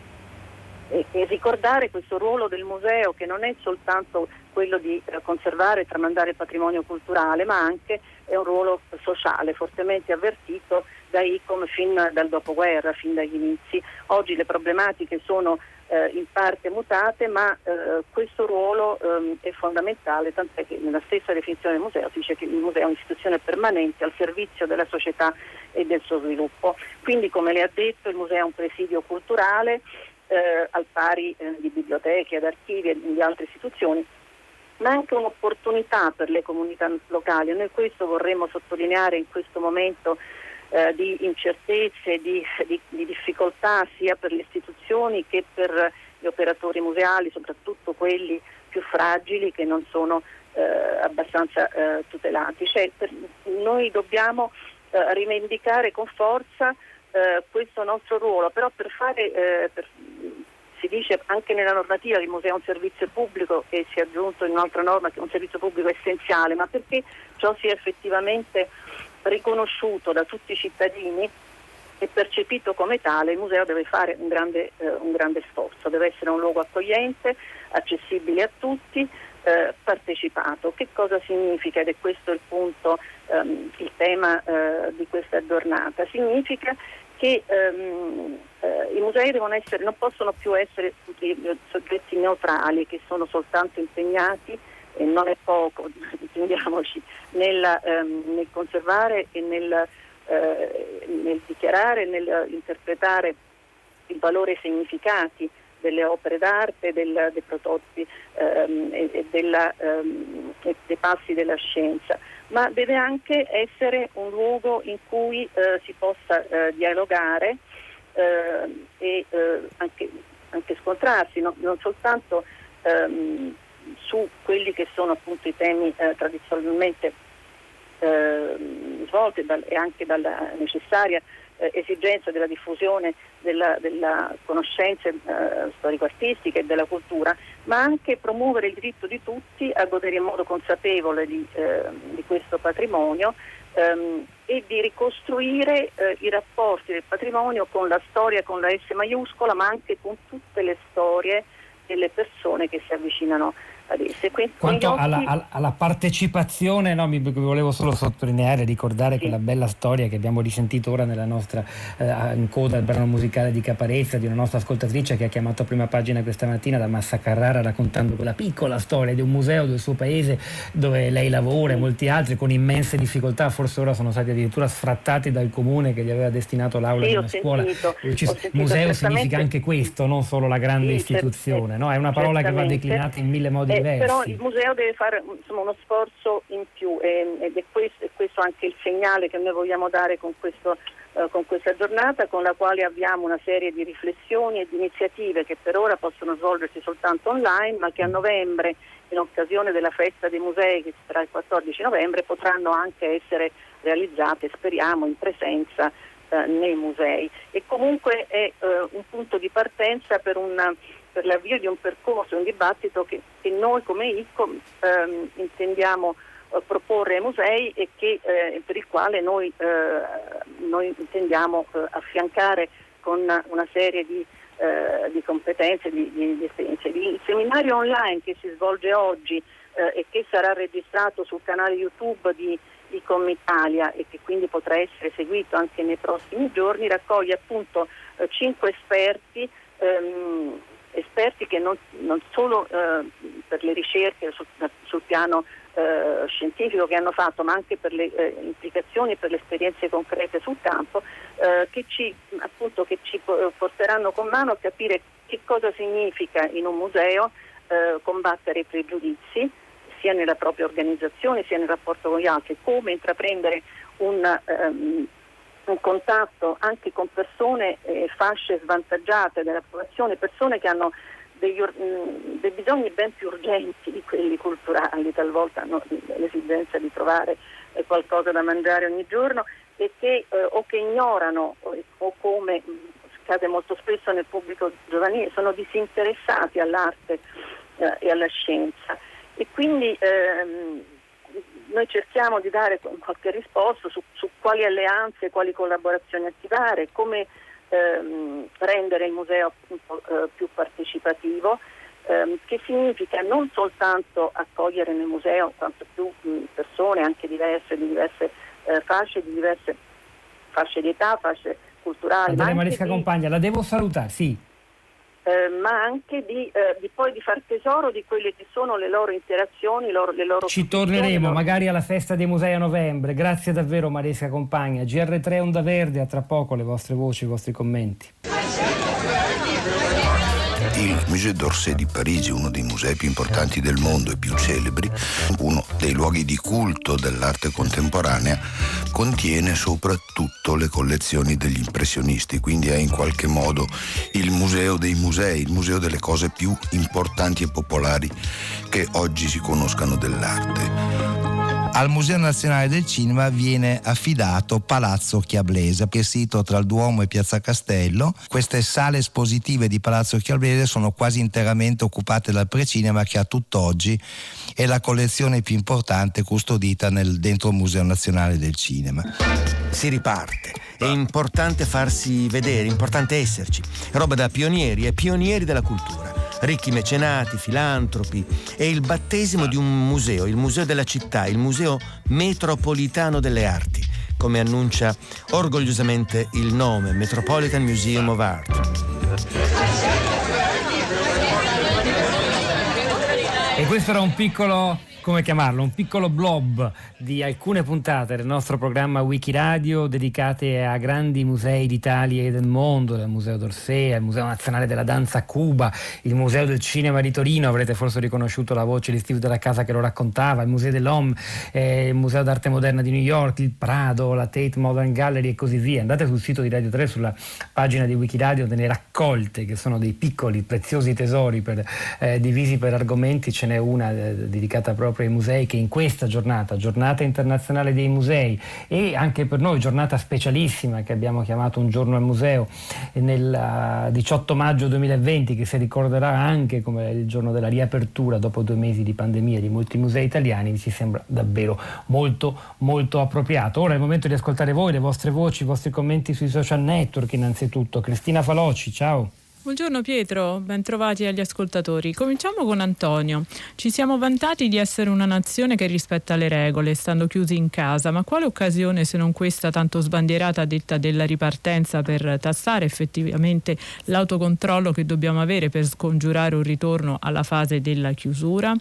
e, e ricordare questo ruolo del museo, che non è soltanto quello di eh, conservare e tramandare il patrimonio culturale, ma anche è un ruolo sociale fortemente avvertito da ICOM fin dal dopoguerra, fin dagli inizi. Oggi le problematiche sono eh, in parte mutate, ma eh, questo ruolo eh, è fondamentale, tant'è che nella stessa definizione del museo si dice che il museo è un'istituzione permanente al servizio della società e del suo sviluppo. Quindi, come lei ha detto, il museo è un presidio culturale eh, al pari eh, di biblioteche, ad archivi e di altre istituzioni, ma anche un'opportunità per le comunità locali. Noi questo vorremmo sottolineare in questo momento eh, di incertezze, di, di, di difficoltà sia per le istituzioni che per gli operatori museali, soprattutto quelli più fragili che non sono eh, abbastanza eh, tutelati. Cioè, per, noi dobbiamo eh, rivendicare con forza eh, questo nostro ruolo, però per fare eh, per, si dice anche nella normativa che il museo è un servizio pubblico, e si è aggiunto in un'altra norma che è un servizio pubblico essenziale, ma perché ciò sia effettivamente riconosciuto da tutti i cittadini e percepito come tale, il museo deve fare un grande, eh, un grande sforzo, deve essere un luogo accogliente, accessibile a tutti, eh, partecipato. Che cosa significa? Ed è questo il punto, ehm, il tema eh, di questa giornata. Significa che ehm, eh, i musei devono essere, non possono più essere soggetti neutrali che sono soltanto impegnati, e non è poco, intendiamoci, nel, ehm, nel conservare e nel, eh, nel dichiarare e nel interpretare il valore e i significati delle opere d'arte, del, dei prodotti ehm, e, e, della, ehm, e dei passi della scienza, ma deve anche essere un luogo in cui eh, si possa eh, dialogare eh, e eh, anche, anche scontrarsi, no? Non soltanto ehm, su quelli che sono appunto i temi eh, tradizionalmente eh, svolti dal, e anche dalla necessaria eh, esigenza della diffusione della, della conoscenza eh, storico-artistica e della cultura, ma anche promuovere il diritto di tutti a godere in modo consapevole di, eh, di questo patrimonio ehm, e di ricostruire eh, i rapporti del patrimonio con la storia con la S maiuscola, ma anche con tutte le storie delle persone che si avvicinano ad esse. Quindi, quanto occhi... alla, alla partecipazione, no, mi volevo solo sottolineare, ricordare sì. quella bella storia che abbiamo risentito ora nella nostra eh, in coda al brano musicale di Caparezza, di una nostra ascoltatrice che ha chiamato a prima pagina questa mattina da Massa Carrara, raccontando quella piccola storia di un museo del suo paese dove lei lavora e molti altri con immense difficoltà, forse ora sono stati addirittura sfrattati dal comune che gli aveva destinato l'aula sì, di una scuola. Sentito, museo significa anche questo, non solo la grande sì, istituzione, no? È una parola che va declinata in mille modi eh, diversi. Però il museo deve fare insomma, uno sforzo in più e, ed è questo, è questo anche il segnale che noi vogliamo dare con, questo, eh, con questa giornata, con la quale abbiamo una serie di riflessioni e di iniziative che per ora possono svolgersi soltanto online, ma che a novembre, in occasione della festa dei musei che sarà il quattordici novembre, potranno anche essere realizzate, speriamo, in presenza eh, nei musei. E comunque è eh, un punto di partenza per una per l'avvio di un percorso, un dibattito che, che noi come I C O ehm, intendiamo eh, proporre ai musei e che, eh, per il quale noi, eh, noi intendiamo eh, affiancare con una serie di, eh, di competenze, di, di, di esperienze. Il seminario online che si svolge oggi eh, e che sarà registrato sul canale YouTube di I C O M Italia e che quindi potrà essere seguito anche nei prossimi giorni, raccoglie appunto eh, cinque esperti ehm, esperti che non, non solo eh, per le ricerche sul, sul piano eh, scientifico che hanno fatto, ma anche per le eh, implicazioni e per le esperienze concrete sul campo, eh, che ci appunto che ci porteranno con mano a capire che cosa significa in un museo eh, combattere i pregiudizi, sia nella propria organizzazione sia nel rapporto con gli altri, come intraprendere un um, un contatto anche con persone, eh, fasce svantaggiate della popolazione, persone che hanno degli, mh, dei bisogni ben più urgenti di quelli culturali, talvolta hanno l'esigenza di trovare eh, qualcosa da mangiare ogni giorno e che eh, o che ignorano o, o come accade molto spesso nel pubblico giovanile, sono disinteressati all'arte eh, e alla scienza. E quindi ehm, noi cerchiamo di dare qualche risposta su, su quali alleanze, quali collaborazioni attivare, come ehm, rendere il museo appunto, eh, più partecipativo, ehm, che significa non soltanto accogliere nel museo quanto più mh, persone, anche diverse, di diverse eh, fasce, di diverse fasce di età, fasce culturali. Andrea Maresca Compagna, la devo salutare, sì. Eh, ma anche di, eh, di poi di far tesoro di quelle che sono le loro interazioni, loro, le loro ci torneremo magari alla festa dei musei a novembre. Grazie davvero Maresca Compagna. G R tre Onda Verde, a tra poco le vostre voci, i vostri commenti. Il Musée d'Orsay di Parigi, uno dei musei più importanti del mondo e più celebri, uno dei luoghi di culto dell'arte contemporanea, contiene soprattutto le collezioni degli impressionisti, quindi è in qualche modo il museo dei musei, il museo delle cose più importanti e popolari che oggi si conoscano dell'arte. Al Museo Nazionale del Cinema viene affidato Palazzo Chiablese, che è sito tra il Duomo e Piazza Castello. Queste sale espositive di Palazzo Chiablese sono quasi interamente occupate dal Precinema, che a tutt'oggi è la collezione più importante custodita nel, dentro il Museo Nazionale del Cinema. Si riparte, è importante farsi vedere, è importante esserci, roba da pionieri e pionieri della cultura. Ricchi mecenati, filantropi, è il battesimo di un museo, il museo della città, il museo metropolitano delle arti, come annuncia orgogliosamente il nome, Metropolitan Museum of Art. E questo era un piccolo come chiamarlo, un piccolo blob di alcune puntate del nostro programma Wikiradio dedicate a grandi musei d'Italia e del mondo, dal Museo d'Orsay al Museo Nazionale della Danza a Cuba, il Museo del Cinema di Torino, avrete forse riconosciuto la voce di Steve della Casa che lo raccontava, il Museo dell'Homme, eh, il Museo d'Arte Moderna di New York, il Prado, la Tate Modern Gallery e così via. Andate sul sito di Radio tre, sulla pagina di Wikiradio, delle raccolte che sono dei piccoli preziosi tesori per, eh, divisi per argomenti. Ce n'è una eh, dedicata proprio ai musei, che in questa giornata, giornata internazionale dei musei, e anche per noi giornata specialissima che abbiamo chiamato Un giorno al museo, nel uh, diciotto maggio duemilaventi, che si ricorderà anche come il giorno della riapertura dopo due mesi di pandemia di molti musei italiani, mi ci sembra davvero molto molto appropriato. Ora è il momento di ascoltare voi, le vostre voci, i vostri commenti sui social network. Innanzitutto Cristina Faloci, ciao. Buongiorno Pietro, ben trovati agli ascoltatori. Cominciamo con Antonio. Ci siamo vantati di essere una nazione che rispetta le regole, stando chiusi in casa, ma quale occasione se non questa tanto sbandierata detta della ripartenza per tastare effettivamente l'autocontrollo che dobbiamo avere per scongiurare un ritorno alla fase della chiusura?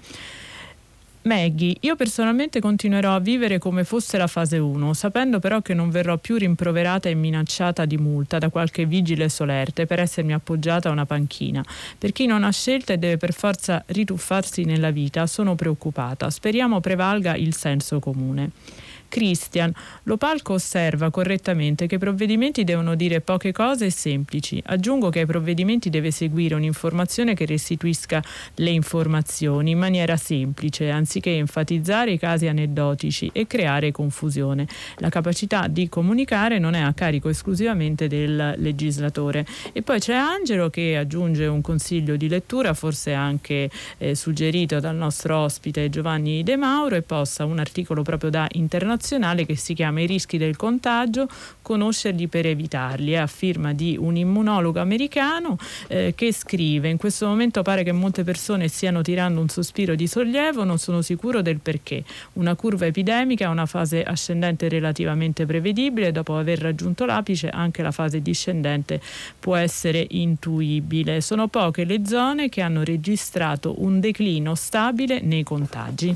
Maggie, io personalmente continuerò a vivere come fosse la fase uno, sapendo però che non verrò più rimproverata e minacciata di multa da qualche vigile solerte per essermi appoggiata a una panchina. Per chi non ha scelta e deve per forza rituffarsi nella vita, sono preoccupata. Speriamo prevalga il senso comune. Christian, Lopalco osserva correttamente che i provvedimenti devono dire poche cose e semplici. Aggiungo che ai provvedimenti deve seguire un'informazione che restituisca le informazioni in maniera semplice, anziché enfatizzare i casi aneddotici e creare confusione. La capacità di comunicare non è a carico esclusivamente del legislatore. E poi c'è Angelo che aggiunge un consiglio di lettura, forse anche eh, suggerito dal nostro ospite Giovanni De Mauro, e posta un articolo proprio da Internazionale che si chiama I rischi del contagio, conoscerli per evitarli, è a firma di un immunologo americano eh, che scrive: in questo momento pare che molte persone stiano tirando un sospiro di sollievo, non sono sicuro del perché. Una curva epidemica ha una fase ascendente relativamente prevedibile, dopo aver raggiunto l'apice anche la fase discendente può essere intuibile. Sono poche le zone che hanno registrato un declino stabile nei contagi.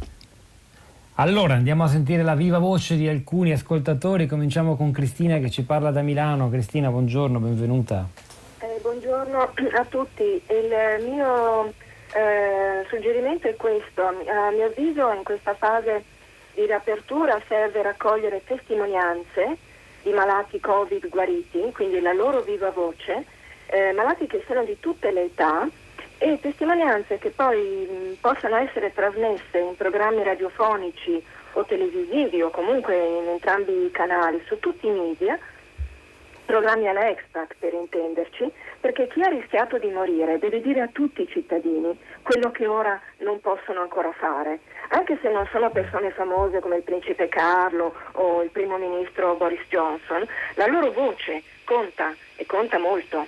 Allora andiamo a sentire la viva voce di alcuni ascoltatori. Cominciamo con Cristina che ci parla da Milano. Cristina, buongiorno, benvenuta. Eh, buongiorno a tutti. Il mio eh, suggerimento è questo. A mio avviso in questa fase di riapertura serve raccogliere testimonianze di malati Covid guariti, quindi la loro viva voce, eh, malati che siano di tutte le età, e testimonianze che poi mh, possano essere trasmesse in programmi radiofonici o televisivi o comunque in entrambi i canali, su tutti i media, programmi alla Expat per intenderci, perché chi ha rischiato di morire deve dire a tutti i cittadini quello che ora non possono ancora fare, anche se non sono persone famose come il principe Carlo o il primo ministro Boris Johnson. La loro voce conta e conta molto.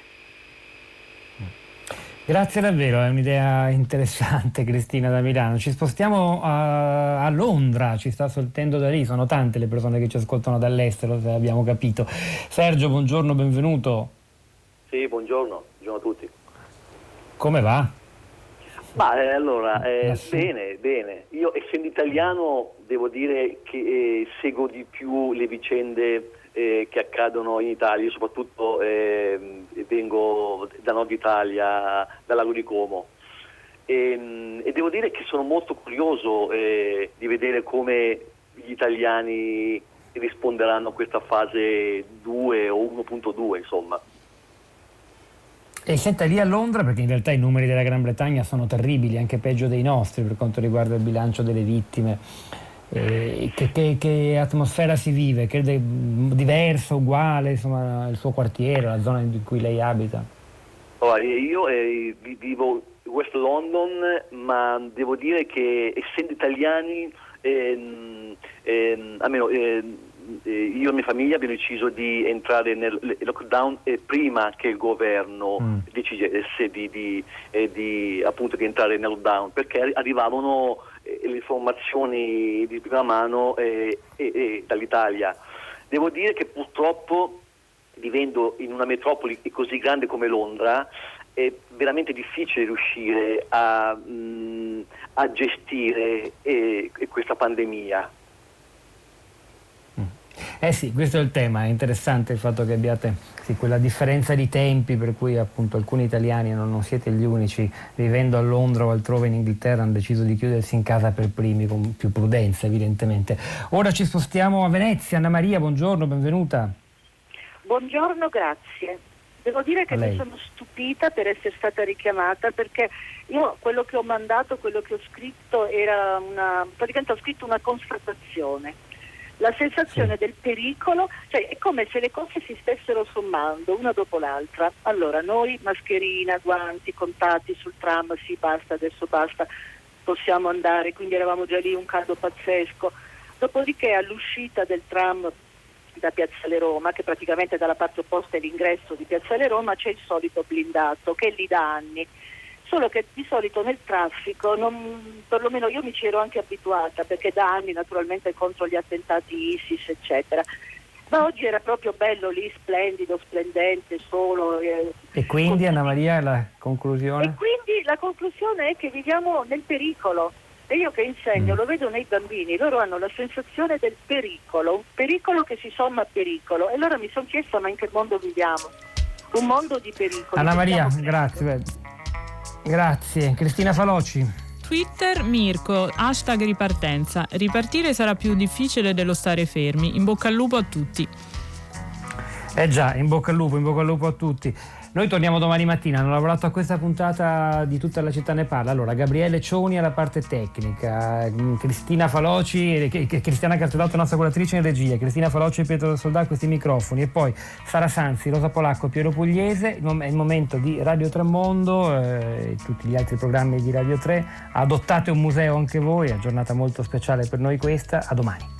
Grazie davvero, è un'idea interessante, Cristina da Milano. Ci spostiamo a, a Londra, ci sta sentendo da lì, sono tante le persone che ci ascoltano dall'estero, se abbiamo capito. Sergio, buongiorno, benvenuto. Sì, buongiorno, buongiorno a tutti. Come va? Ma eh, allora, eh, bene, bene. Io essendo italiano devo dire che eh, seguo di più le vicende eh, che accadono in Italia, soprattutto eh, vengo da Nord Italia, dal Lago di Como, e, e devo dire che sono molto curioso eh, di vedere come gli italiani risponderanno a questa fase due o uno punto due, insomma. E senta, lì a Londra, perché in realtà i numeri della Gran Bretagna sono terribili, anche peggio dei nostri per quanto riguarda il bilancio delle vittime, eh, che, che, che atmosfera si vive? Crede diversa, uguale, insomma, il suo quartiere, la zona in cui lei abita? Allora, io eh, vivo West London, ma devo dire che essendo italiani, ehm, ehm, almeno eh, io e mia famiglia abbiamo deciso di entrare nel lockdown eh, prima che il governo mm. decidesse di, di, eh, di, appunto, di entrare nel lockdown, perché arrivavano eh, le informazioni di prima mano eh, eh, eh, dall'Italia. Devo dire che purtroppo, vivendo in una metropoli così grande come Londra, è veramente difficile riuscire a, mh, a gestire eh, questa pandemia. Eh sì, questo è il tema, è interessante il fatto che abbiate sì, quella differenza di tempi per cui appunto alcuni italiani, non, non siete gli unici, vivendo a Londra o altrove in Inghilterra, hanno deciso di chiudersi in casa per primi, con più prudenza evidentemente. Ora ci spostiamo a Venezia. Anna Maria, buongiorno, benvenuta. Buongiorno, grazie. Devo dire che mi sono stupita per essere stata richiamata, perché io quello che ho mandato, quello che ho scritto era una, praticamente ho scritto una constatazione. La sensazione sì. del pericolo, cioè è come se le cose si stessero sommando una dopo l'altra. Allora noi mascherina, guanti, contatti sul tram, sì basta, adesso basta, possiamo andare, quindi eravamo già lì, un caldo pazzesco. Dopodiché all'uscita del tram da Piazzale Roma, che praticamente dalla parte opposta è l'ingresso di Piazzale Roma, c'è il solito blindato che è lì da anni. Solo che di solito nel traffico, non, perlomeno io mi ci ero anche abituata, perché da anni naturalmente contro gli attentati ISIS eccetera, ma oggi era proprio bello lì, splendido, splendente, solo. Eh, e quindi Anna Maria la conclusione? E quindi la conclusione è che viviamo nel pericolo, e io che insegno mm. lo vedo nei bambini, loro hanno la sensazione del pericolo, un pericolo che si somma a pericolo, e allora mi sono chiesta ma in che mondo viviamo? Un mondo di pericolo. Anna Maria, grazie. Grazie. Cristina Faloci. Twitter Mirko, hashtag ripartenza. Ripartire sarà più difficile dello stare fermi. In bocca al lupo a tutti. Eh già, in bocca al lupo, in bocca al lupo a tutti. Noi torniamo domani mattina, hanno lavorato a questa puntata di Tutta la città ne parla. Allora, Gabriele Cioni alla parte tecnica, Cristina Faloci, Cristiana Cartolato, nostra curatrice in regia, Cristina Faloci e Pietro del Soldà a questi microfoni, e poi Sara Sanzi, Rosa Polacco, Piero Pugliese. È il momento di Radio Tremondo eh, e tutti gli altri programmi di Radio tre. Adottate un museo anche voi, è una giornata molto speciale per noi questa. A domani.